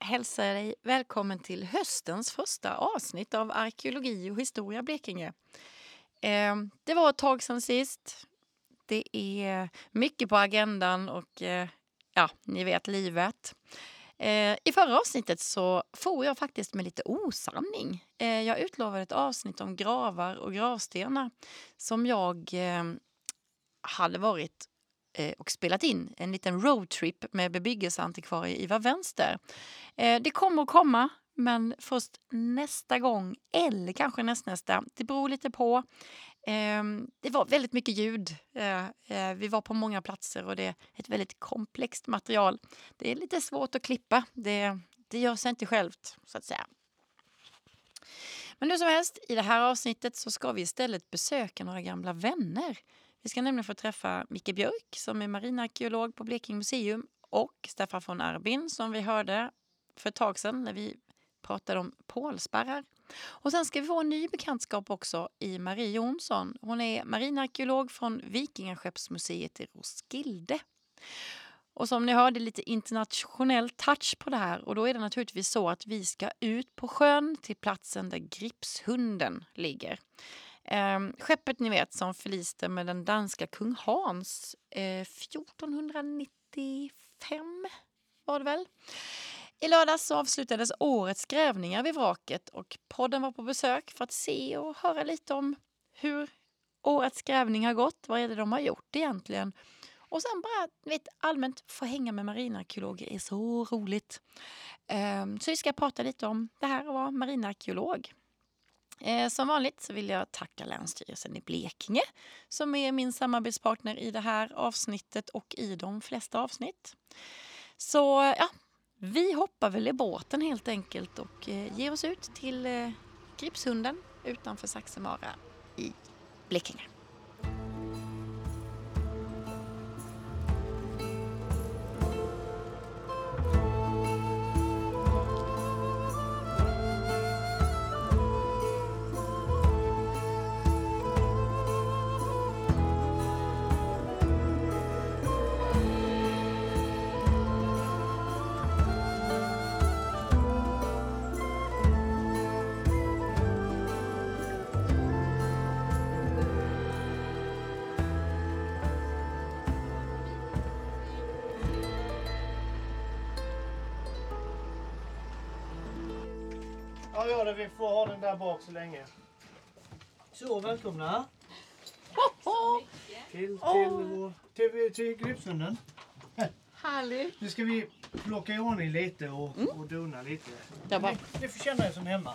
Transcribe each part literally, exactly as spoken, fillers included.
hälsar dig välkommen till höstens första avsnitt av Arkeologi och historia Blekinge. Eh, det var ett tag sedan sist. Det är mycket på agendan och eh, ja, ni vet livet. Eh, I förra avsnittet så får jag faktiskt med lite osanning. Eh, jag utlovade ett avsnitt om gravar och gravstenar som jag eh, hade varit och spelat in en liten roadtrip med bebyggelseantikvarie Ivar Vänster. Det kommer att komma, men först nästa gång eller kanske nästnästa. Det beror lite på. Det var väldigt mycket ljud. Vi var på många platser och det är ett väldigt komplext material. Det är lite svårt att klippa. Det, det gör sig inte självt, så att säga. Men hur som helst, i det här avsnittet så ska vi istället besöka några gamla vänner. Vi ska nämligen få träffa Micke Björk som är marinarkeolog på Blekinge museum och Staffan von Arbin som vi hörde för ett tag sedan när vi pratade om pålsparrar. Och sen ska vi få en ny bekantskap också i Marie Jonsson. Hon är marinarkeolog från Vikingaskeppsmuseet i Roskilde. Och som ni hör, det är lite internationell touch på det här. Och då är det naturligtvis så att vi ska ut på sjön till platsen där Gripshunden ligger. Eh, skeppet ni vet som förliste med den danska kung Hans eh, fjortonhundranittiofem var det väl. I lördags så avslutades årets grävningar vid vraket och podden var på besök för att se och höra lite om hur årets grävning har gått. Vad är det de har gjort egentligen? Och sen bara vet, allmänt få hänga med marinarkeologer är så roligt. Eh, så vi ska prata lite om det här och vara marinarkeolog. Eh, som vanligt så vill jag tacka Länsstyrelsen i Blekinge som är min samarbetspartner i det här avsnittet och i de flesta avsnitt. Så ja, vi hoppar väl i båten helt enkelt och eh, ger oss ut till eh, Gripshunden utanför Saxemara i Blekinge. Ja, ja, det vi får ha den där bak så länge. Så, välkomna. Till, till, vår, till, till Gripshunden. Härligt. Nu ska vi plocka i ordning lite och, mm. och dona lite. Ja, bara. Ni, ni får känna er som hemma.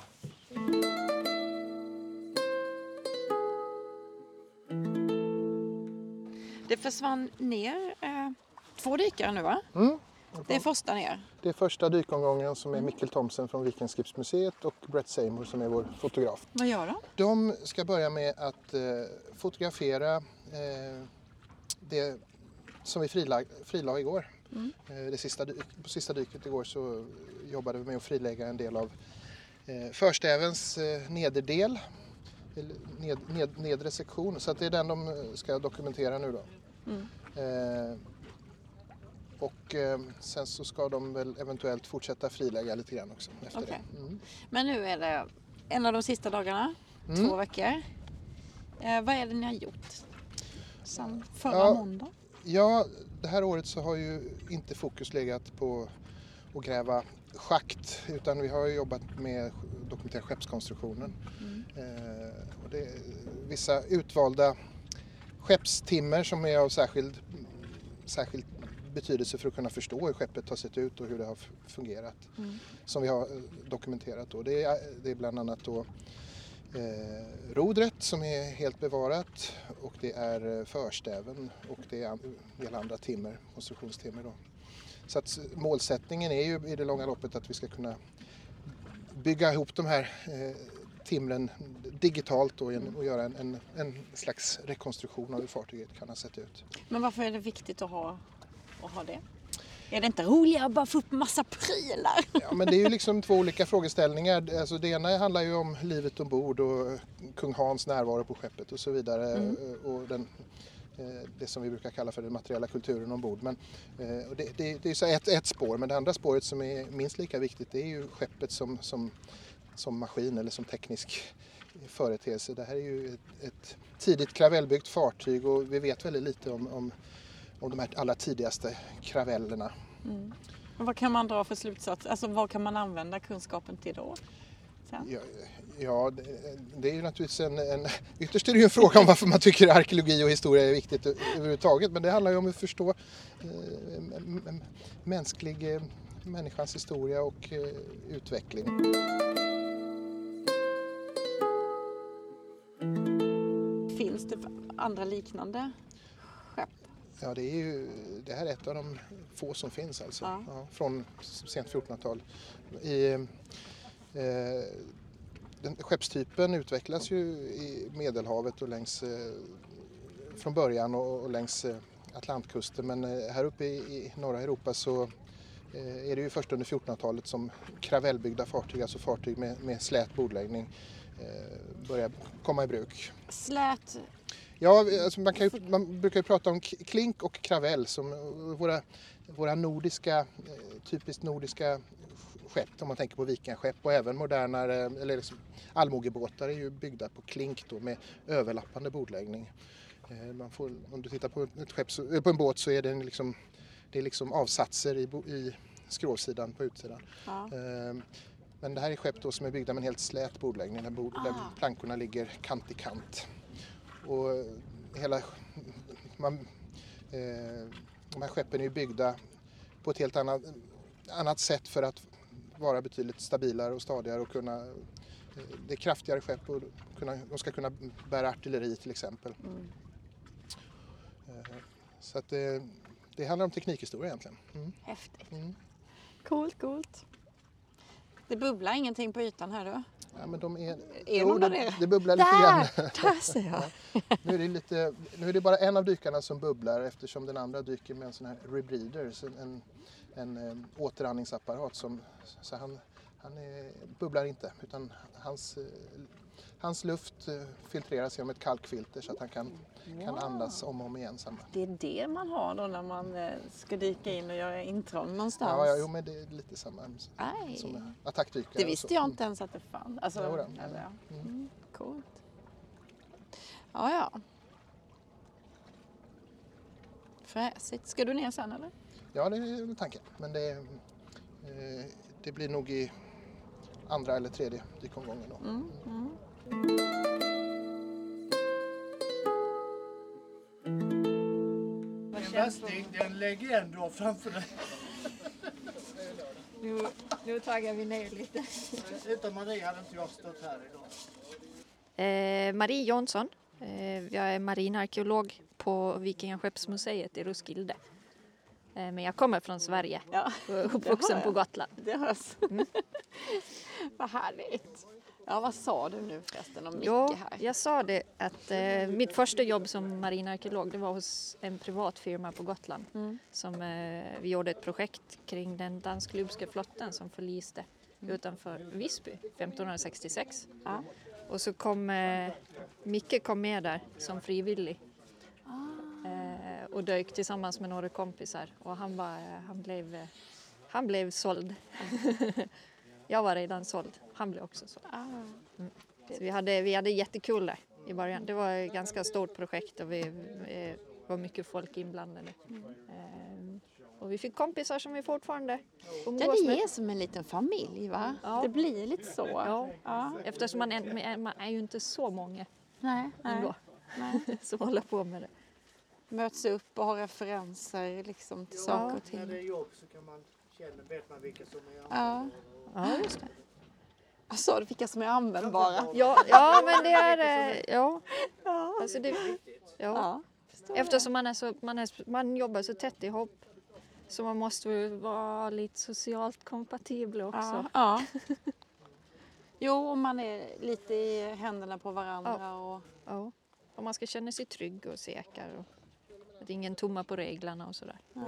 Det försvann ner eh, två dykare nu va? Mm. Det är första ner. Det är första dykomgången som är Mikkel Thomsen från Vikingaskeppsmuseet och Brett Seymour som är vår fotograf. Vad gör de? De ska börja med att eh, fotografera eh, det som vi frilag, frilade igår. Mm. Eh, det sista, på sista dyket igår så jobbade vi med att frilägga en del av eh, förstävens eh, nederdel, ned, ned, nedre sektion. Så att det är den de ska dokumentera nu då. Mm. Eh, Och eh, sen så ska de väl eventuellt fortsätta frilägga lite grann också efter okay. det. Mm. Men nu är det en av de sista dagarna, mm. två veckor. Eh, vad är det ni har gjort sen förra ja, måndag? Ja, det här året så har ju inte fokus legat på att gräva schakt utan vi har jobbat med att dokumentera skeppskonstruktionen. Mm. Eh, och det är vissa utvalda skeppstimmer som är av särskild, särskild betydelse för att kunna förstå hur skeppet har sett ut och hur det har fungerat. Mm. Som vi har dokumenterat då. Det är, det är bland annat då eh, rodret som är helt bevarat och det är förstäven och det är en del andra timmer, konstruktionstimmer då. Så att målsättningen är ju i det långa loppet att vi ska kunna bygga ihop de här eh, timren digitalt då, och göra en, en, en slags rekonstruktion av hur fartyget kan ha sett ut. Men varför är det viktigt att ha och ha det? Är det inte roligare att bara få upp massa prylar? Ja, men det är ju liksom två olika frågeställningar. Alltså det ena handlar ju om livet ombord och kung Hans närvaro på skeppet och så vidare. Mm. Och den det som vi brukar kalla för den materiella kulturen ombord. Men, och det, det, det är så ett, ett spår, men det andra spåret som är minst lika viktigt, det är ju skeppet som, som, som maskin eller som teknisk företeelse. Det här är ju ett, ett tidigt kravellbyggt fartyg och vi vet väldigt lite om, om, om de här allra tidigaste kravellerna. Mm. Och vad kan man dra för slutsats? Alltså vad kan man använda kunskapen till då? Ja, ja det, det är ju naturligtvis en, en... Ytterst är det ju en fråga om varför man tycker arkeologi och historia är viktigt överhuvudtaget. Men det handlar ju om att förstå eh, mänsklig, eh, människans historia och eh, utveckling. Finns det andra liknande skepp? Ja, det är ju, det här är ett av de få som finns alltså, ja. Ja, från sent fjortonhundratal. I, eh, den, skeppstypen utvecklas ju i Medelhavet och längs, eh, från början och, och längs eh, Atlantkusten, men eh, här uppe i, i norra Europa så eh, är det ju först under fjortonhundratalet som kravellbyggda fartyg, alltså fartyg med, med slät bordläggning, eh, börjar komma i bruk. Slät? Ja, alltså man, kan ju, man brukar ju prata om klink och kravell som våra, våra nordiska, typiskt nordiska skepp, om man tänker på vikingaskepp, och även modernare, eller liksom allmogebåtar är ju byggda på klink då, med överlappande bordläggning. Man får, om du tittar på, ett skepp, på en båt så är det liksom, det är liksom avsatser i, i skrovsidan på utsidan. Ja. Men det här är skepp då som är byggda med en helt slät bordläggning där, bord, ah. där plankorna ligger kant i kant. Och hela, man, eh, de här skeppen är ju byggda på ett helt annat, annat sätt för att vara betydligt stabilare och stadigare och kunna, eh, det är kraftigare skepp och kunna, de ska kunna bära artilleri till exempel. Mm. Eh, så att det, det handlar om teknikhistoria egentligen. Mm. Häftigt. Mm. Coolt, coolt. Det bubblar ingenting på ytan här då? Ja, men de är, är jo, de det, det bubblar där, lite grann. Där ser jag. Ja. Nu, är det lite, nu är det bara en av dykarna som bubblar eftersom den andra dyker med en sån här rebreather, en, en, en återandningsapparat. Som, så han, han är, bubblar inte utan hans, hans luft filtreras genom ett kalkfilter så att han kan, wow. kan andas om och om igen. Samma. Det är det man har då när man ska dyka in och göra intrång någonstans? Ja, ja jo, men det är lite samma Aj. som attackdykare. Det visste jag inte ens att det fanns. Alltså, jo, eller, ja. mm, coolt. Ja, ja. Fräsigt. Ska du ner sen eller? Ja, det är tanken. Men det, eh, det blir nog i andra eller tredje dykomgången då. Mm, mm. En västing, den lägger ändå framför dig. Nu, nu taggar vi ner lite. Utan Marie hade inte jag stått här idag. Eh, Marie Jonsson. Eh, jag är marinarkeolog på Vikingaskeppsmuseet i Roskilde. Eh, men jag kommer från Sverige. Ja, uppvuxen på Gotland. Det hörs. Mm. Vad härligt. Ja, vad sa du nu förresten om Micke jo, här? Jag sa det att eh, mitt första jobb som marinarkeolog det var hos en privat firma på Gotland. Mm. Som eh, vi gjorde ett projekt kring den dansk-lubska flotten som förliste mm. utanför Visby femtonhundrasextiosex. Ja. Och så kom eh, Micke kom med där som frivillig. Ah. Eh, och dök tillsammans med några kompisar. Och han, var, han, blev, han blev såld. Jag var redan såld. Han blev också såld. Ah. Mm. Så vi hade, vi hade jättekul där i början. Det var ett ganska stort projekt och vi, vi var mycket folk inblandade. Mm. Eh, och vi fick kompisar som vi fortfarande umgås med. Ja, det är som en liten familj va? Ja. Det blir lite så. Ja. Ja. Eftersom man är, man är ju inte så många nej, ändå nej. som håller på med det. Möts upp och har referenser liksom till ja. saker och ting. När det är jobb så kan man känna, vet man vilka som är ja. ja, just det. Jag sa du vilka som är användbara? Ja, ja men det är ja. ja. Alltså det, ja. ja. Eftersom man, är så, man, är, man jobbar så tätt ihop så man måste vara lite socialt kompatibel också. Ja. ja. Jo, och man är lite i händerna på varandra. Ja. Och... Ja. Och man ska känna sig trygg och säker. Och att ingen tummar på reglerna och sådär. Ja.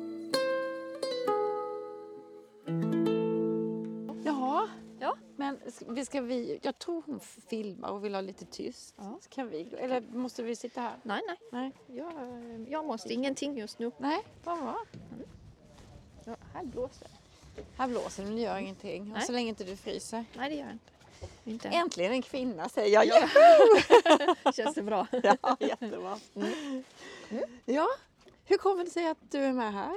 Jaha. Ja. Men vi ska vi, jag tror hon filmar och vill ha lite tyst. Ja. Kan vi, eller måste vi sitta här? Nej, nej. Nej. Jag, jag måste ingenting just nu. Nej, vad bra. Ja, här blåser det. Här blåser det, men det gör ingenting. Och Nej. så länge inte du fryser. Nej, det gör jag inte. inte. Äntligen en kvinna, säger jag. Ja, Känns det bra? ja jättebra. Mm. Ja, hur kommer det sig att du är med här?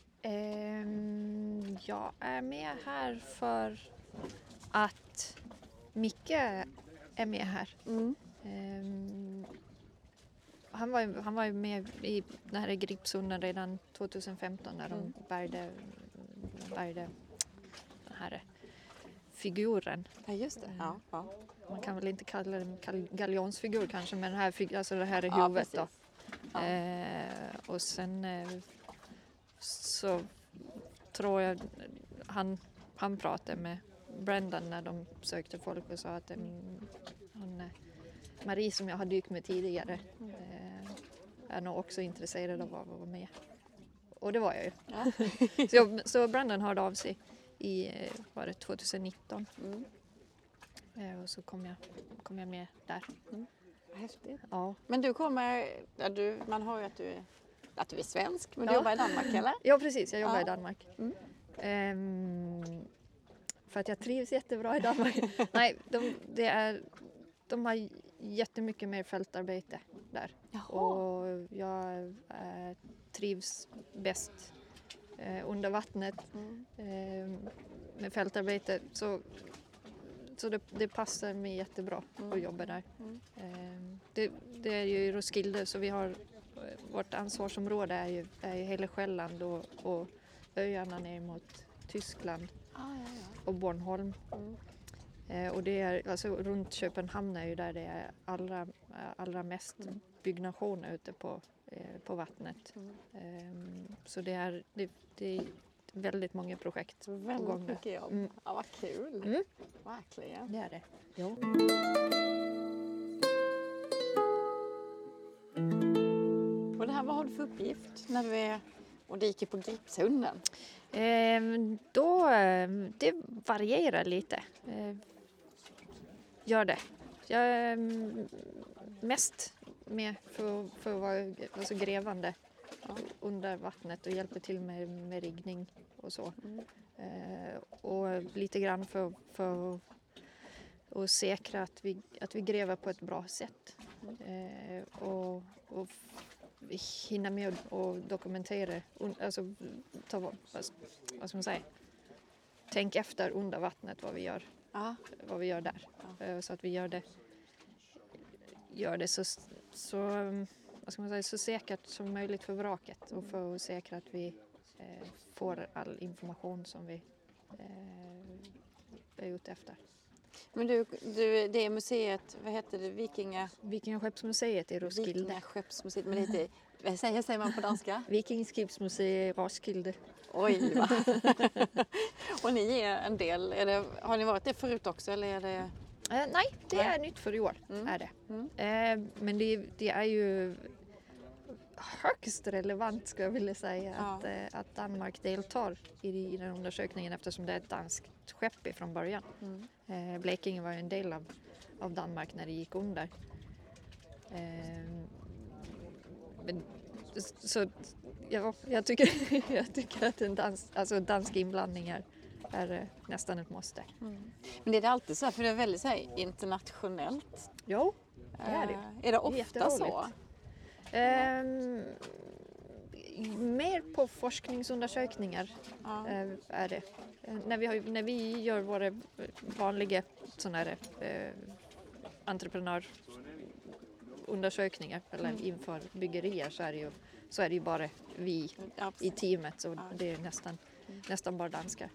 Ehm, jag är med här för att Micke är med här. Mm. Ehm, han, var ju, han var ju med i den här Gripsunden redan tjugohundrafemton när de Mm. bärgade, bärgade den här figuren. Ja, just det. Ja, ja. Man kan väl inte kalla det en galjonsfigur kanske, men den här, fig- alltså det här är Ja, huvudet då. precis. Ja. Eh, och sen eh, så tror jag han, han pratade med Brendan när de sökte folk och sa att eh, hon, eh, Marie som jag har dykt med tidigare eh, är nog också intresserad av att vara med. Och det var jag ju. Ja. så, jag, så Brendan hörde av sig i eh, var det tjugonitton. Mm. Eh, och så kom jag, kom jag med där. Häftigt. Ja. Men du kommer, ja, du, man har ju att du är, att du är svensk, men du Ja. jobbar i Danmark eller? Ja, precis. Jag jobbar Ja. i Danmark. Mm. Ehm, för att jag trivs jättebra i Danmark. Nej, de, det är, de har jättemycket mer fältarbete där. Jaha. Och jag eh, trivs bäst eh, under vattnet Mm. eh, med fältarbete. Så, så det, det passar mig jättebra Mm. att jobba där. Mm. Eh, det, det är ju i Roskilde, så vi har vårt ansvarsområde är ju, är ju hela Själland och, och öarna ner mot Tyskland Ah, ja, ja. och Bornholm. Mm. Eh, och det är, alltså, runt Köpenhamn är ju där det är allra, allra mest Mm. byggnationer ute på, eh, på vattnet. Mm. Eh, så det är, det, det är väldigt många projekt på gång Väldigt där. mycket jobb. Mm. Ja, vad kul. Mm. Verkligen. Det är det. Ja. Och det här, vad har du för uppgift när du är och dyker på Gripsunden? Eh, då, eh, det varierar lite. Eh, gör det. Jag är mm, mest med för, för att vara alltså, grävande under vattnet och hjälper till med, med riggning och så. Mm. Eh, och lite grann för, för att säkra att vi, att vi gräver på ett bra sätt. Eh, och, och hinna med och dokumentera, alltså ta, vad, vad ska man säga, tänk efter under vattnet vad vi gör, Ja. vad vi gör där. Ja. Så att vi gör det, gör det så, så, vad ska man säga, så säkert som möjligt för vraket och för att säkra att vi eh, får all information som vi eh, är ute efter. Men du, du, det är museet, vad heter det, Vikinga... Vikingaskeppsmuseet i Roskilde. Vikingaskeppsmuseet, men lite, vad säger, säger man på danska? Vikingskipsmuseet i Roskilde. Oj, va? Och ni är en del, är det, har ni varit det förut också eller är det... Eh, nej, det Nej. är nytt för i år. Mm. Är det. Mm. Eh, men det, det är ju högst relevant, ska jag vilja säga, Ja. att, eh, att Danmark deltar i, i den undersökningen eftersom det är ett danskt skepp från början. Mm. Eh, Blekinge var ju en del av, av Danmark när det gick under. Eh, men, så ja, jag, tycker, jag tycker att en dans, alltså dansk inblandning är, är eh, nästan ett måste. Mm. Men är det alltid så här, för det är väldigt så här internationellt? Jo, det är det. Eh, är det ofta jätteroligt. så? Ehm, mer på forskningsundersökningar Ja. eh, är det. Eh, när, vi har, när vi gör våra vanliga såna här, eh, entreprenörundersökningar eller Mm. inför byggerier så är det ju, så är det ju bara vi Ja, i precis. teamet, så Ja. det är nästan, nästan bara danskar.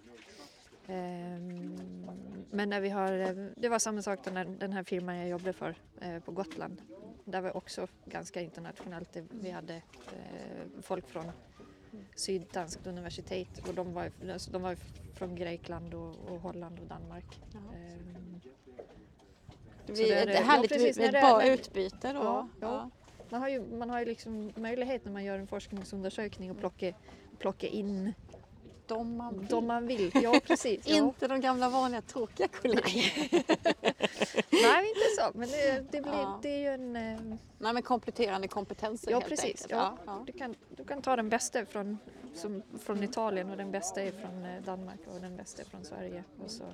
Ehm, men när vi har, eh, det var samma sak då när den här firman jag jobbade för eh, på Gotland. Där var också ganska internationellt. Det- Vi hade eh, folk från Syddanskt universitet och de var, alltså, de var från Grekland och, och Holland och Danmark. Ja. Ehm, Det Så blir det är ett det. Ja, härligt, precis, när ett det är- bra när- utbyte då. Ja, ja. Man har ju, man har ju liksom möjlighet när man gör en forskningsundersökning att plocka, plocka in de man vill. De man vill, ja precis. Ja. Inte de gamla vanliga tråkiga kollegorna. Nej, inte så. Men det, det, blir, Ja. det är ju en... eh, Nej, men kompletterande kompetenser Ja, helt precis. enkelt. Ja. Ja. Du, kan, du kan ta den bästa från, som, från Italien och den bästa är från eh, Danmark och den bästa är från Sverige. Och så,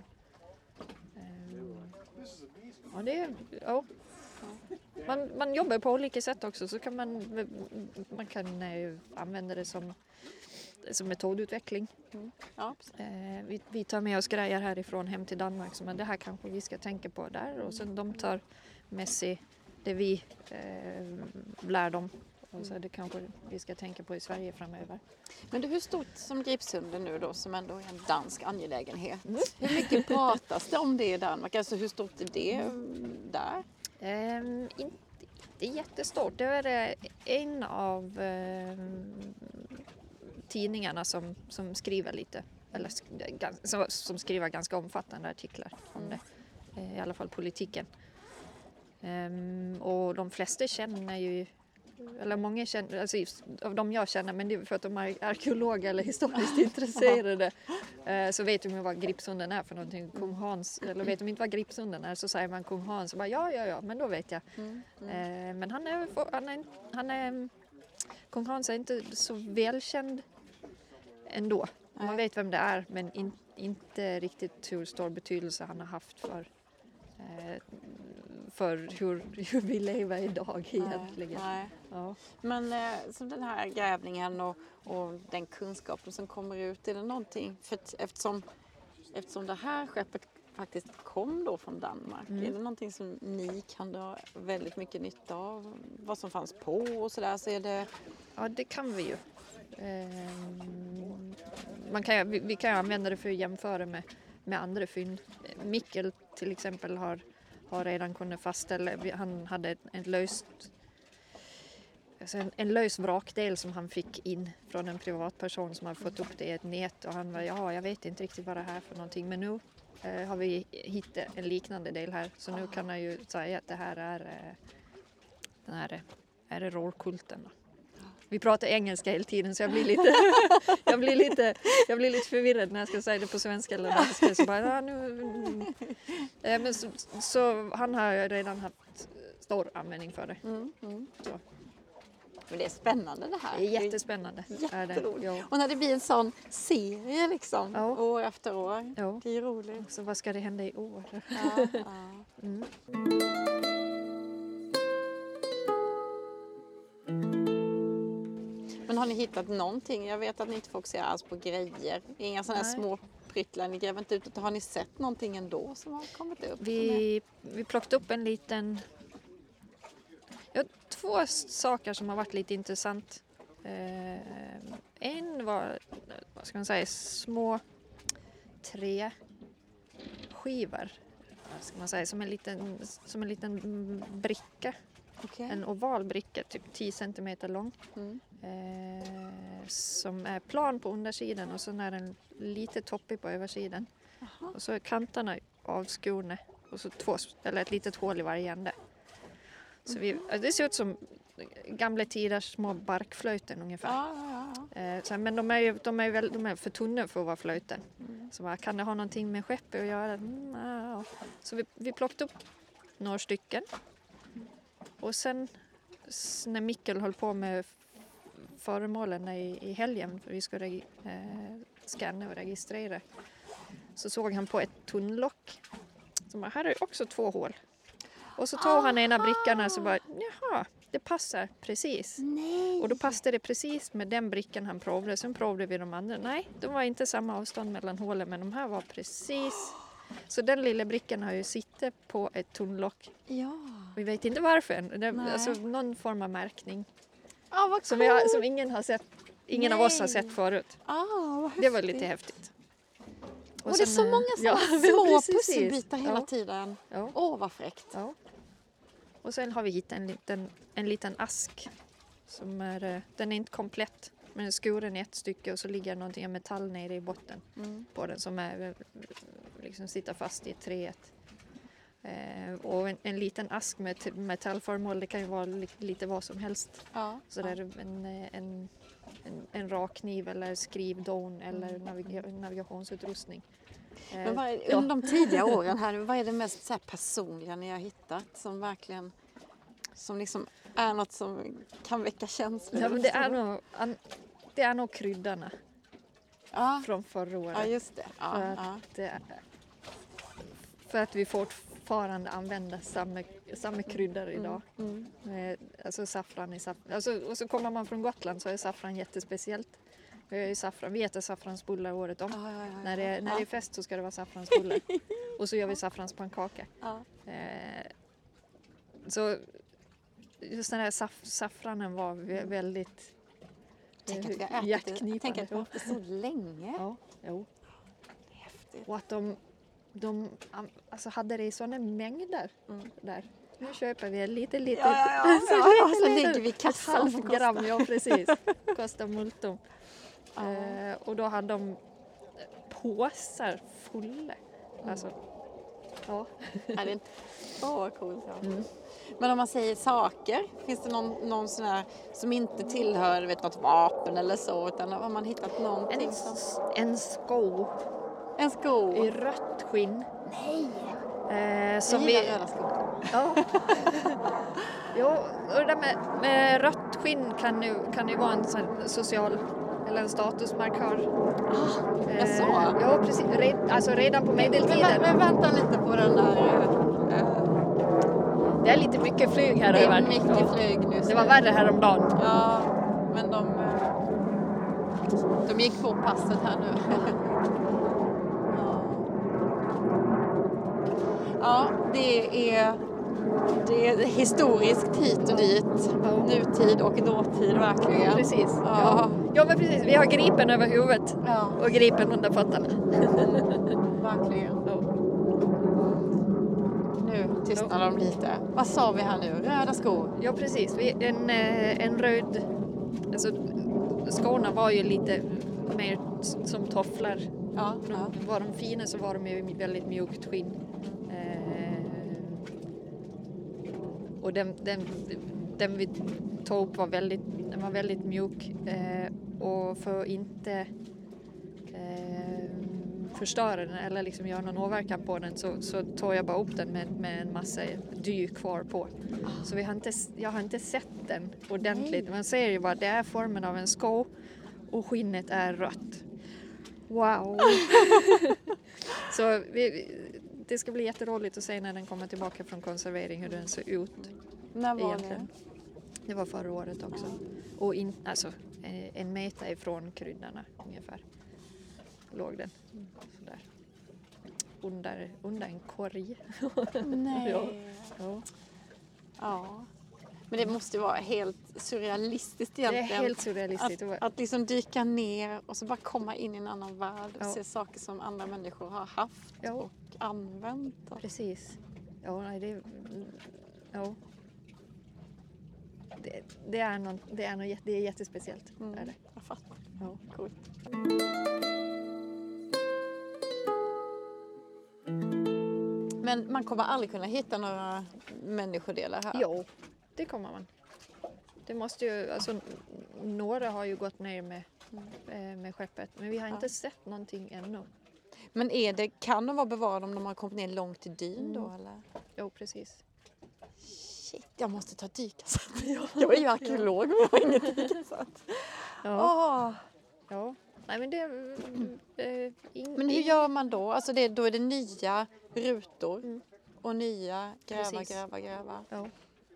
ehm, ja, det är... Ja. Man, man jobbar på olika sätt också, så kan man, man kan eh, använda det som, som metodutveckling. Ja, precis. Eh, vi, vi tar med oss grejer härifrån hem till Danmark, så men det här kanske vi ska tänka på där. Och sen de tar med sig det vi eh, lär dem. Och så det kanske vi ska tänka på i Sverige framöver. Men du, hur stort som Gripsunden nu då, som ändå är en dansk angelägenhet? Hur mycket pratas det om det i Danmark? Alltså hur stort är det där? Ehm, inte, inte jättestort. Det är eh, en av eh, tidningarna som, som skriver lite, eller sk- gans- som, som skriver ganska omfattande artiklar om det. Eh, I alla fall politiken. Ehm, och de flesta känner ju, eller många känner, alltså just av de jag känner, men det är för att de är arkeologer eller historiskt intresserade, eh, så vet de ju vad Gripsunden är för någonting. Kung Hans, eller vet de inte vad Gripsunden är, så säger man Kung Hans och bara ja, ja, ja, men då vet jag. Mm. Mm. Eh, men han är, han är, han är, Kung Hans är inte så välkänd ändå. Man Nej. vet vem det är, men in, inte riktigt hur stor betydelse han har haft för eh, för hur, hur vi lever idag egentligen. Nej. Ja. Men eh, som den här grävningen och, och den kunskapen som kommer ut, är det någonting, för att, eftersom, eftersom det här skeppet faktiskt kom då från Danmark, Mm. är det någonting som ni kan dra väldigt mycket nytta av? Vad som fanns på och sådär, så är det... Ja, det kan vi ju. Ehm, man kan, ju- vi, vi kan ju använda det för att jämföra med, med andra fynd. Mikkel till exempel har, har redan kunnat fastställa, vi- han hade ett, ett löst, alltså en, en lös vrakdel som han fick in från en privatperson som har fått upp det i ett nät, och han var, ja, jag vet inte riktigt vad det här är för någonting, men nu eh, har vi hittat en liknande del här, så nu kan jag ju säga att det här är eh, den här är det rårkulten då. Vi pratar engelska hela tiden, så jag blir lite, jag blir lite, jag blir lite förvirrad när jag ska säga det på svenska eller danska. Så bara, ja, nu, mm. eh, men så, så han har redan haft stor användning för det. Mm, mm. Så. Men det är spännande det här. Det är jättespännande. Är det. Jätteroligt. Ja. Och när det blir en sån serie liksom, Ja. år efter år. Ja. Det är roligt. Så vad ska det hända i år? Ja, ja. Mm. Men har ni hittat någonting? Jag vet att ni inte fokuserar alls på grejer. Inga sådana här Nej. små pryttlar ni gräver inte ut. Utan har ni sett någonting ändå som har kommit upp? som är- Vi, vi plockade upp en liten... Ja, två s- saker som har varit lite intressant. Eh, en var, vad ska man säga, små träskivor. Vad ska man säga, som en liten, som en liten mm, bricka. Okej. En oval bricka, typ tio centimeter lång. Mm. Eh, som är plan på undersidan och så är den lite toppig på översidan. Aha. Och så är kanterna avskurna och så två, eller ett litet hål i varje ände. Så vi, alltså det ser ut som gamla tiders små barkflöjten ungefär. Ja, ja, ja. Eh, så, men de är, ju, de, är väl, de är för tunna för att vara flöjten. Mm. Så bara, kan det ha någonting med skeppet att göra? Mm, ja. Så vi, vi plockade upp några stycken. Och sen s- när Mikkel höll på med f- föremålen i, i helgen, för vi skulle regi- eh, scanna och registrera, så såg han på ett tunnlock. Så bara, här är också två hål. Och så tog han ena brickan och så bara, jaha, det passar precis. Nej! Och då passade det precis med den brickan han provade. Sen provade vi de andra. Nej, de var inte samma avstånd mellan hålen, men de här var precis. Så den lilla brickan har ju suttit på ett tunnlock. Ja. Vi vet inte varför än. Det, Nej. alltså någon form av märkning. Ah, vad Som, vi har, coolt. som ingen har sett. Ingen av oss har Nej. sett förut. Ah, vad Det var häftigt. lite häftigt. Och, det är så sen, många eh, ja, sådana små precis. pusselbitar hela Ja. tiden. Ja. Åh, vad fräckt. Ja. Och sen har vi hittat en liten, en liten ask. Som är, eh, den är inte komplett. Men den är skuren i ett stycke och så ligger det någonting av metall nere i botten Mm. på den som är, eh, liksom sitter fast i träet. Eh, och en, en liten ask med t- metallföremål, det kan ju vara li, lite vad som helst. Ja. Så där en, eh, en en, en rakkniv eller skrivdon eller naviga- navigationsutrustning. Men vad är, Ja. under de tidiga åren här, vad är det mest så här personliga ni har hittat som verkligen som liksom är något som kan väcka känslor? Ja, men det, är nog, an- det är nog kryddarna ja. från förra året. Ja, just det. Ja, För, ja. att, det är- för att vi fortfarande använder samma, samma kryddor idag. Mm. Med, alltså saffran i saffran. Alltså, och så kommer man från Gotland så är saffran jättespeciellt. Vi, är ju saffran, vi äter saffransbullar året om. Ja, ja, ja, ja. När, det, är- när ja. det är fest så ska det vara saffransbullar. Och så gör vi saffranspannkaka. Ja. Eh, så just den här saff, saffranen var vä- väldigt Tänk eh, att vi har ätit det. hjärtknipande. Tänk att vi har ätit det så länge. Ja, jo. Det är häftigt. Och att de, de am- alltså hade det i sådana mängder Mm. där. Nu köper vi ett lite, lite, Ja, ja, ja. Ja, så lite- ligger vi i ett kassan halvt och kostar. gram, ja precis. Kostar multum. Ja. Eh, och då hade de påsar fulla. Alltså, ja. Ja, det är inte... Åh, vad coolt. Ja. Mm. Men om man säger saker, finns det någon, någon sån här som inte tillhör vet, något vapen eller så, utan har man hittat någonting En, som... s- en sko En sko. i rött skinn. Nej! Eh, som Jag vi, gillar röda skor. ja. Jo, och det där med, med rött skinn kan ju, kan ju vara en sån här social eller en statusmarkör. Ah, Eh, jaså? Ja, precis. Red, alltså redan på Men, vä- medeltiden. men vänta lite på den där... eh, Det är lite mycket flyg här det är över. mycket Ja. flyg nu. Det var värre häromdagen. Ja, men de... eh, De gick på passet här nu. Ja. Ja, det är... Det är historiskt hit och dit. Ja. Nutid och dåtid verkligen. Precis. Ja. Ja. Ja, men precis. Vi har gripen över huvudet Ja, och gripen under fötterna. verkligen. Ja. Nu tystnar de lite. Vad sa vi här nu? Röda skor? Ja, precis. Vi, en, eh, en röd... Alltså, skorna var ju lite mer s- som tofflar. Ja. ja. De, var de fina så var de ju väldigt mjukt skinn. Eh, och den, den, den vi tog upp var väldigt, den var väldigt mjuk. Eh, och för att inte eh, förstöra den eller liksom göra någon åverkan på den så, så tog jag bara upp den med, med en massa dy kvar på. Så vi har inte, jag har inte sett den ordentligt. Nej. Man ser ju bara det är formen av en sko och skinnet är rött. Wow! Så vi, det ska bli jätteroligt att se när den kommer tillbaka från konservering hur den ser ut När var egentligen. Det var förra året också. Och in, alltså, eh, en meter ifrån kryddarna ungefär låg den. Sådär. Under, under en korg. det? Nej. Ja. Ja. Ja. Men det måste ju vara helt surrealistiskt Det är egentligen. helt surrealistiskt. Att, att liksom dyka ner och så bara komma in i en annan värld och Ja. se saker som andra människor har haft Ja. och använt. Precis. Ja, nej, det, ja. Det, det är något, det är något, jätte- det är jättespeciellt. Mm. Är det. Jag fattar. Ja. Coolt. Men man kommer aldrig kunna hitta några människodelar här. Jo, det kommer man. Det måste ju, alltså, n- några har ju gått ner med, eh, med skeppet, men vi har inte Ja. sett någonting ännu. Men är det, kan de vara bevarade om de har kommit ner långt i dyn då? Mm. Eller? Jo, precis. Shit, jag måste ta dykarsätt. Jag är ju arkeolog men jag har inget dykarsätt. Ja. Åh. Ja. Nej, men det... Eh, in, Men hur in- gör man då? Alltså det, då är det nya rutor Mm. och nya gräva, Precis. gräva, gräva. Ja.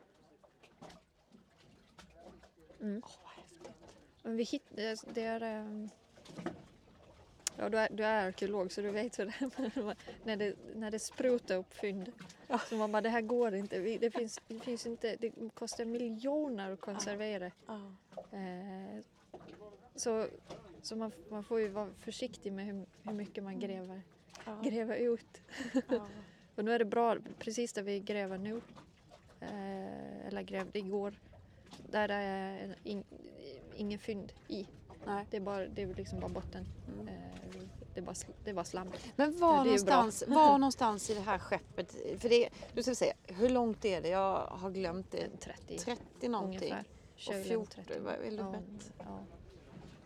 Mm. Åh, vad häftigt. Men vi hitt, det, det är... ehm, Ja, du är, du är arkeolog så du vet hur det är. när, det, när det sprutar upp fynd. Ja. Så man bara, det här går inte. Vi, det, finns, det finns inte. Det kostar miljoner att konservera. Ja. Eh, så så man, man får ju vara försiktig med hur, hur mycket man gräver, Ja. gräver ut. Ja. Och nu är det bra, precis där vi gräver nu. Eh, eller grävde igår. Där det är in, ingen fynd i. Nej. Det är, bara, det är liksom bara botten. Mm. Eh, det, är bara, sl- det är bara slam. Men var, Ja, det är ju bra. någonstans, var någonstans i det här skeppet, för det, du ska säga, hur långt är det? Jag har glömt det. trettio trettio någonting. ungefär. Och tjugo, fjorton, trettio. vad vill du Ja, veta? ja.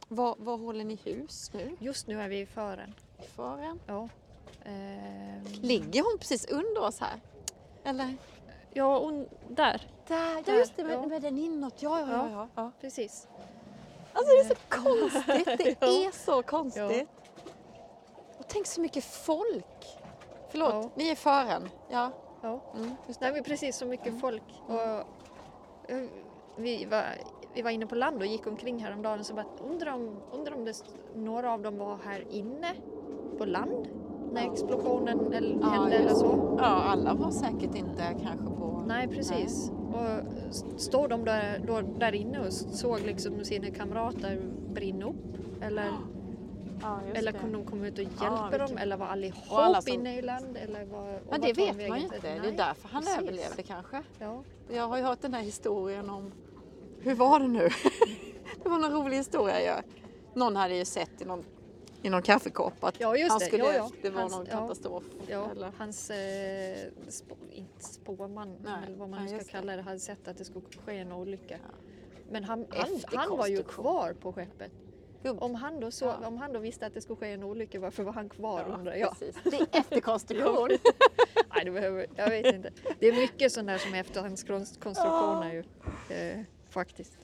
Var, var håller ni hus nu? Just nu är vi i fören. Fören. Ja. Ehm, Ligger hon precis under oss här? Eller? ja, och där. Där, ja Där, just det, med, ja. med den inåt. Ja, ja, ja. ja. ja. Precis. Alltså det är så konstigt, det Ja. är så konstigt. Och tänk så mycket folk. Förlåt, Ja. ni är fören. Ja. Ja. Mm. Nej, men precis så mycket folk. Och, eh, vi, var, vi var inne på land och gick omkring häromdagen och så bara undrar om, undrar om det, några av dem var här inne på land när explosionen eller, Ja, hände just eller så. Ja, alla var säkert inte kanske på... Nej, precis. Och stod de där, då, där inne och såg liksom sina kamrater brinna upp? Eller, Ja, just eller det. kom de komma ut och hjälpa Ja, dem? vilken- Eller var allihop Och alla som- inne i land? Eller var, och Men vart det var vet vägen man ju till- inte. Det är Nej, därför han precis. överlevde kanske. Ja. Jag har ju hört den här historien om... Hur var det nu? Det var någon rolig historia. Ja. Någon hade ju sett i någon, i någon kaffekopp att Ja, just han det. skulle, Ja, ja. det var Hans- någon ja. katastrof. Ja, Eller? hans eh, spå, inte spåman, Nej, eller vad man nej, nu ska just det. kalla det, hade sett att det skulle ske en olycka. Ja. Men han, han, Efter han var ju konstruktion. kvar på skeppet. Gubb. Om han, då så, Ja. om han då visste att det skulle ske en olycka, varför var han kvar undrar jag? Precis. Det är efterkonstruktion. Nej, det behöver, jag vet inte. Det är mycket sånt där som är efterhandskonstruktioner ju. Eh, faktiskt.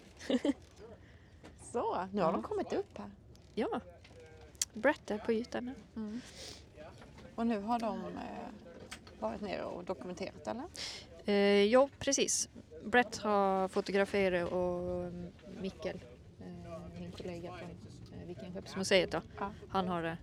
Så, nu har de kommit upp här. Ja, Brett är på ytan nu. Mm. Och nu har de eh, varit nere och dokumenterat, eller? Eh, ja, precis. Brett har fotograferat och Mikkel, eh, min kollega från eh, Vikingaskeppsmuseet, då, Ja. han har, eh,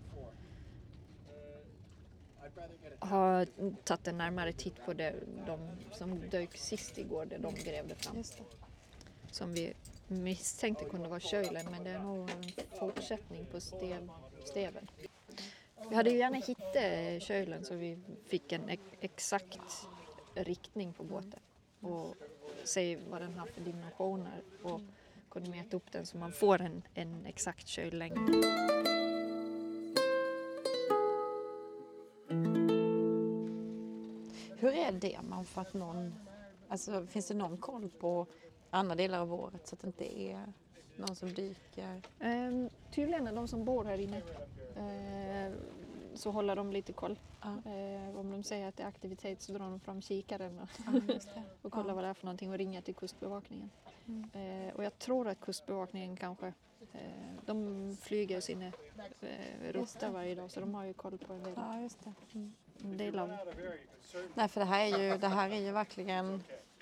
har tagit en närmare titt på det, de som dök sist igår, det de grävde fram. Just det. Som vi misstänkte kunde vara kölen, men det är nog en fortsättning på stev, steven. Vi hade ju gärna hittat kölen så vi fick en ex- exakt riktning på båten och se vad den har för dimensioner och kunde mäta upp den så man får en, en exakt köllängd. Hur är det man för att någon... Alltså, finns det någon koll på andra delar av året så att det inte är någon som dyker? Ehm, tydligen är de som bor här inne eh, så håller de lite koll. Ja. Eh, om de säger att det är aktivitet så drar de fram kikaren och, Ja, just det. och kollar Ja. vad det är för någonting och ringer till Kustbevakningen. Mm. Eh, och jag tror att Kustbevakningen kanske, eh, de flyger sina eh, rutter varje dag så de har ju koll på en del, Ja, just det. Mm. en del av. Nej, för det här är ju, det här är ju verkligen...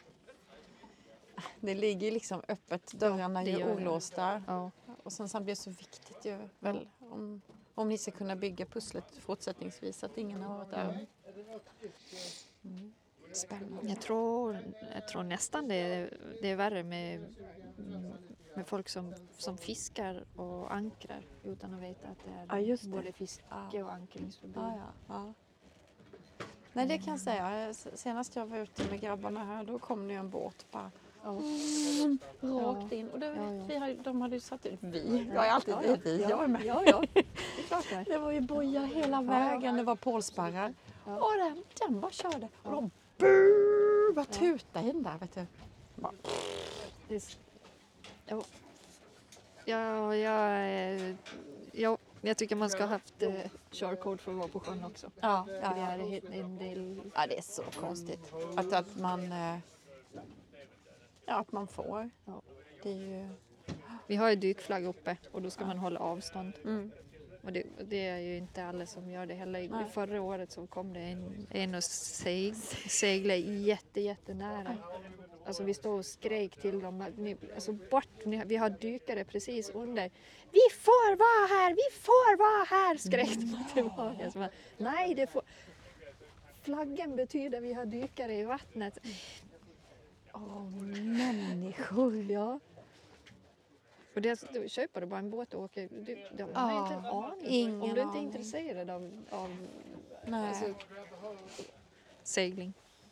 Det ligger ju liksom öppet, dörrarna det är ju gör det. olåsta. Ja. Och sen så blir det så viktigt ju väl om, om ni ska kunna bygga pusslet fortsättningsvis att ingen har varit där. Mm. Spännande. Jag tror, jag tror nästan det är, det är värre med, med folk som, som fiskar och ankrar utan att veta att det är Ja, just det. både fiske och ankringsförbud. Ja, ja, ja. Nej, det kan jag säga. Senast jag var ute med grabbarna här, då kom det ju en båt bara Ja. mm, rakt Ja. in. Och det, Ja, ja. Vi hade, de hade ju satt ut, vi, jag är alltid Ja, det ja. är vi, Ja. jag är med. Ja, ja, det är klart det är. Det var ju bojar hela vägen, det var pålspärrar. Ja. Och den, den bara körde. Och de brrr, bara tutade in där, vet du. Bara, Det är s- Ja, ja, jag, eh, ja, jag tycker man ska ha haft eh, körkort för att vara på sjön också. ja, För ja, det är ja. en- en del. ja, det är så konstigt. Att, att man... eh, Ja, att man får. Ja. Det är ju... Vi har ju dykflagg uppe och då ska man hålla avstånd. Mm. Och det, det är ju inte alla som gör det heller. I Nej. Förra året så kom det en, en och seg, seglade jätte, jättenära. Alltså vi stod och skrek till dem. Ni, alltså bort, ni, vi har dykare precis under. Vi får vara här, vi får vara här, skrek de tillbaka. Så man, nej, det får... Flaggan betyder vi har dykare i vattnet. Åh, människor. Ja. Och det, då köper du bara en båt och åker. Du, du har Ja, inte en aning. ingen Om du inte är aning. intresserad av, av Nej. alltså, segling.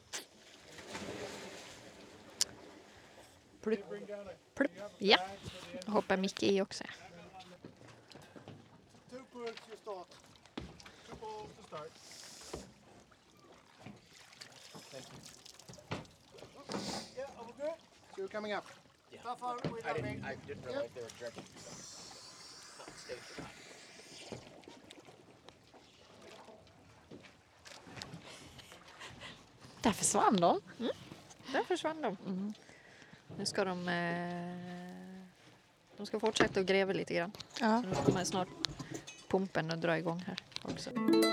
Plupp. Plupp. Ja, hoppar Micke i också. Two puts, you start. Two balls to start. Yeah, are we good? So you're coming up. How far are we I didn't, diving? I didn't realize they were dredging. Där försvann de. Mm. Där försvann de. Mm. Nu ska de... Eh, de ska fortsätta att gräva lite grann. Ja. Så nu kommer snart pumpen att dra igång här också.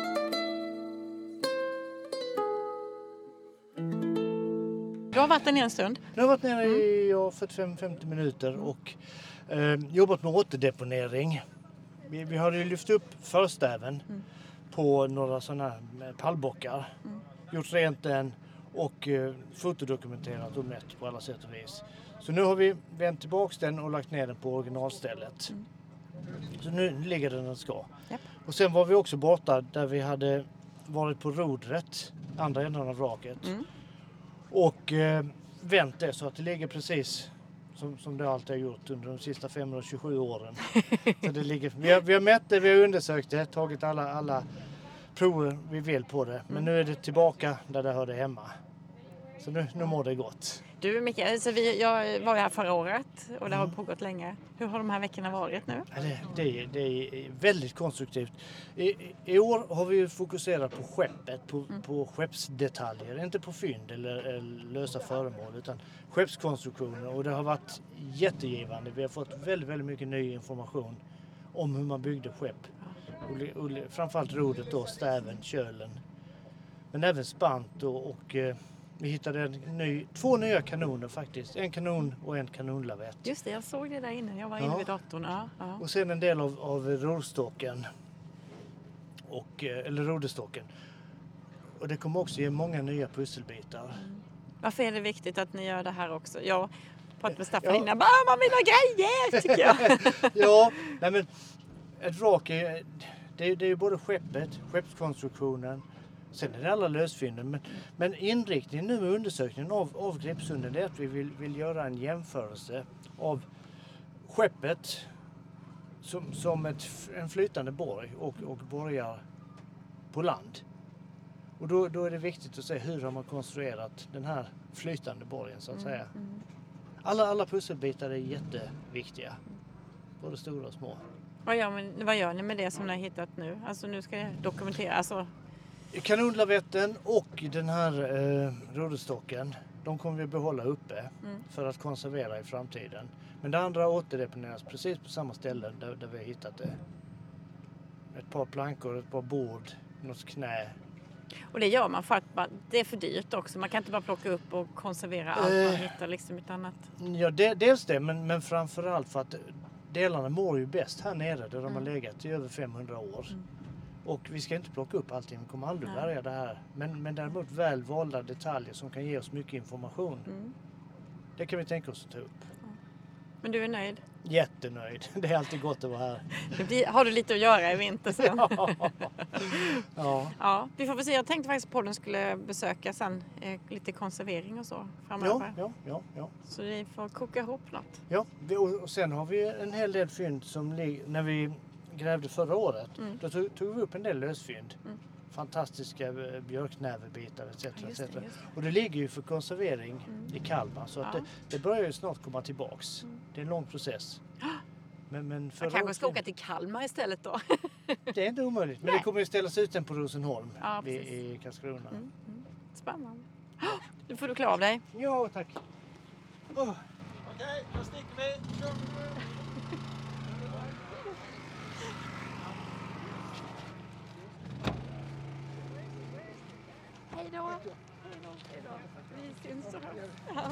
Du har varit där en stund. Nu har jag varit nere i ja, fyrtiofem till femtio minuter och eh, jobbat med återdeponering. Vi, vi har ju lyft upp förstäven mm. på några sådana pallbockar. Mm. Gjort rent den och eh, fotodokumenterat och mätt på alla sätt och vis. Så nu har vi vänt tillbaka den och lagt ner den på originalstället. Mm. Så nu ligger den där den ska. Yep. Och sen var vi också borta där vi hade varit på rodret, andra änden av vraket. Mm. Och eh, vänt det så att det ligger precis som, som det alltid har gjort under de sista femhundratjugosju åren. Så det ligger, vi, har, vi har mätt det, vi har undersökt det, tagit alla, alla prover vi vill på det. Men mm. nu är det tillbaka där det hörde hemma. Så nu, nu mår det gott. Du Micke, alltså vi, jag var ju här förra året och det har pågått länge. Hur har de här veckorna varit nu? Ja, det, det, det är väldigt konstruktivt. I, I år har vi fokuserat på skeppet, på, mm. på skeppsdetaljer. Inte på fynd eller, eller lösa föremål utan skeppskonstruktioner. Och det har varit jättegivande. Vi har fått väldigt, väldigt mycket ny information om hur man byggde skepp. Och, och, framförallt rodet då, stäven, kölen. Men även spant och... och vi hittade en ny, två nya kanoner faktiskt. En kanon och en kanonlavett. Just det, jag såg det där inne. Jag var inne ja. vid datorn. Ja, ja. Och sen en del av, av roderstocken. Och, eller roderstocken. Och det kommer också ge många nya pusselbitar. Mm. Varför är det viktigt att ni gör det här också? Jag pratade med Staffan ja. innan. Bara, man vill ha grejer, tycker jag. ja, nej men ett vrak är, det, det är ju både skeppet, skeppskonstruktionen. Sen är det alla lösfynden. Men, men inriktningen nu med undersökningen av, av Gripsunden är att vi vill, vill göra en jämförelse av skeppet som, som ett, en flytande borg och, och borgar på land. Och då, då är det viktigt att se hur har man konstruerat den här flytande borgen så att säga. Mm, mm. Alla, alla pusselbitar är jätteviktiga. Både stora och små. Vad gör, men, vad gör ni med det som ni har hittat nu? Alltså nu ska jag dokumentera. Alltså... Kanonlavetten och den här eh, roderstocken, de kommer vi behålla uppe mm. för att konservera i framtiden. Men det andra återdeponeras precis på samma ställe där, där vi har hittat det. Ett par plankor, ett par bord, något knä. Och det gör man för att det är för dyrt också. Man kan inte bara plocka upp och konservera allt eh, man hittar liksom ett annat. Ja, det, dels det, men, men framförallt för att delarna mår ju bäst här nere där mm. de har legat i över femhundra år. Mm. Och vi ska inte plocka upp allting, vi kommer aldrig bärga det här. Men, men däremot väl valda detaljer som kan ge oss mycket information. Mm. Det kan vi tänka oss att ta upp. Men du är nöjd? Jättenöjd. Det är alltid gott att vara här. Det blir, har du lite att göra i vinter sen? ja. ja. ja. Vi får se. Jag tänkte faktiskt att podden skulle besöka sen eh, lite konservering och så framöver. Ja, ja, ja, ja. Så vi får koka ihop något. Ja, och sen har vi en hel del fynd som ligger, när vi grävde förra året, mm. då tog, tog vi upp en del lösfynd. Mm. Fantastiska björknävebitar et cetera. Ja, et cetera. Och det ligger ju för konservering mm. i Kalmar så att ja. det, det börjar ju snart komma tillbaks. Mm. Det är en lång process. Men, men Jag kanske ska åka till Kalmar istället då. Det är inte omöjligt, men Nej. det kommer ju ställas ut en på Rosenholm ja, i, i Karlskrona. Mm. Mm. Spännande. Nu får du klä av dig. Ja, tack. Oh. Okej, okay, då sticker vi. Hej då. Hej då. Hej då. Vi syns så här. Ja.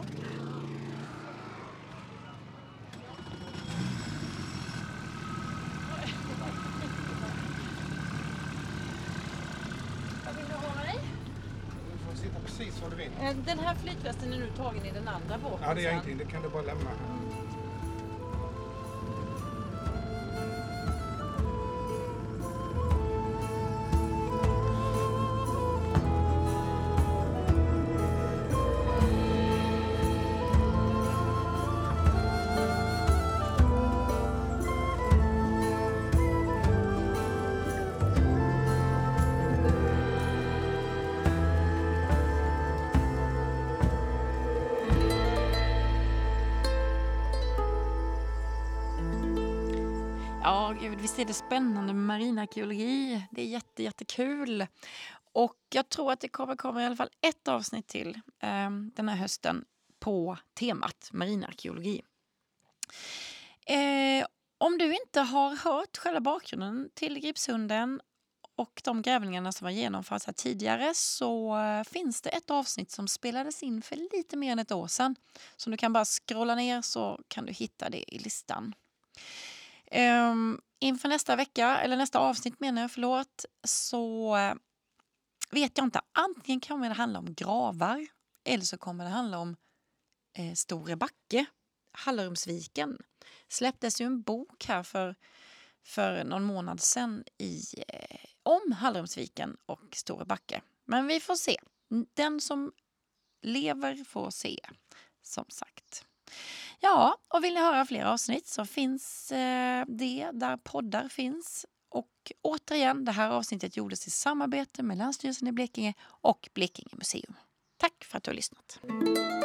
Vad vill du ha med dig? Du får sitta precis var du vill. Den här flytvästen är nu tagen i den andra båten. Ja, det är ingenting. Det kan du bara lämna. Ja, gud, visst är det spännande med marinarkeologi. Det är jätte, jättekul. Och jag tror att det kommer komma i alla fall ett avsnitt till eh, den här hösten på temat marinarkeologi. Eh, om du inte har hört själva bakgrunden till Gripshunden och de grävningarna som var genomförts här tidigare, så eh, finns det ett avsnitt som spelades in för lite mer än ett år sedan. Så du kan bara scrolla ner så kan du hitta det i listan. Um, inför nästa vecka, eller nästa avsnitt menar jag, förlåt, så uh, vet jag inte. Antingen kommer det handla om gravar eller så kommer det handla om eh, Stora Backe, Hallormsviken. Släpptes ju en bok här för, för någon månad sedan i, eh, om Hallormsviken och Stora Backe. Men vi får se. Den som lever får se, som sagt. Ja, och vill ni höra fler avsnitt så finns eh, det där poddar finns. Och återigen, det här avsnittet gjordes i samarbete med Länsstyrelsen i Blekinge och Blekinge museum. Tack för att du har lyssnat.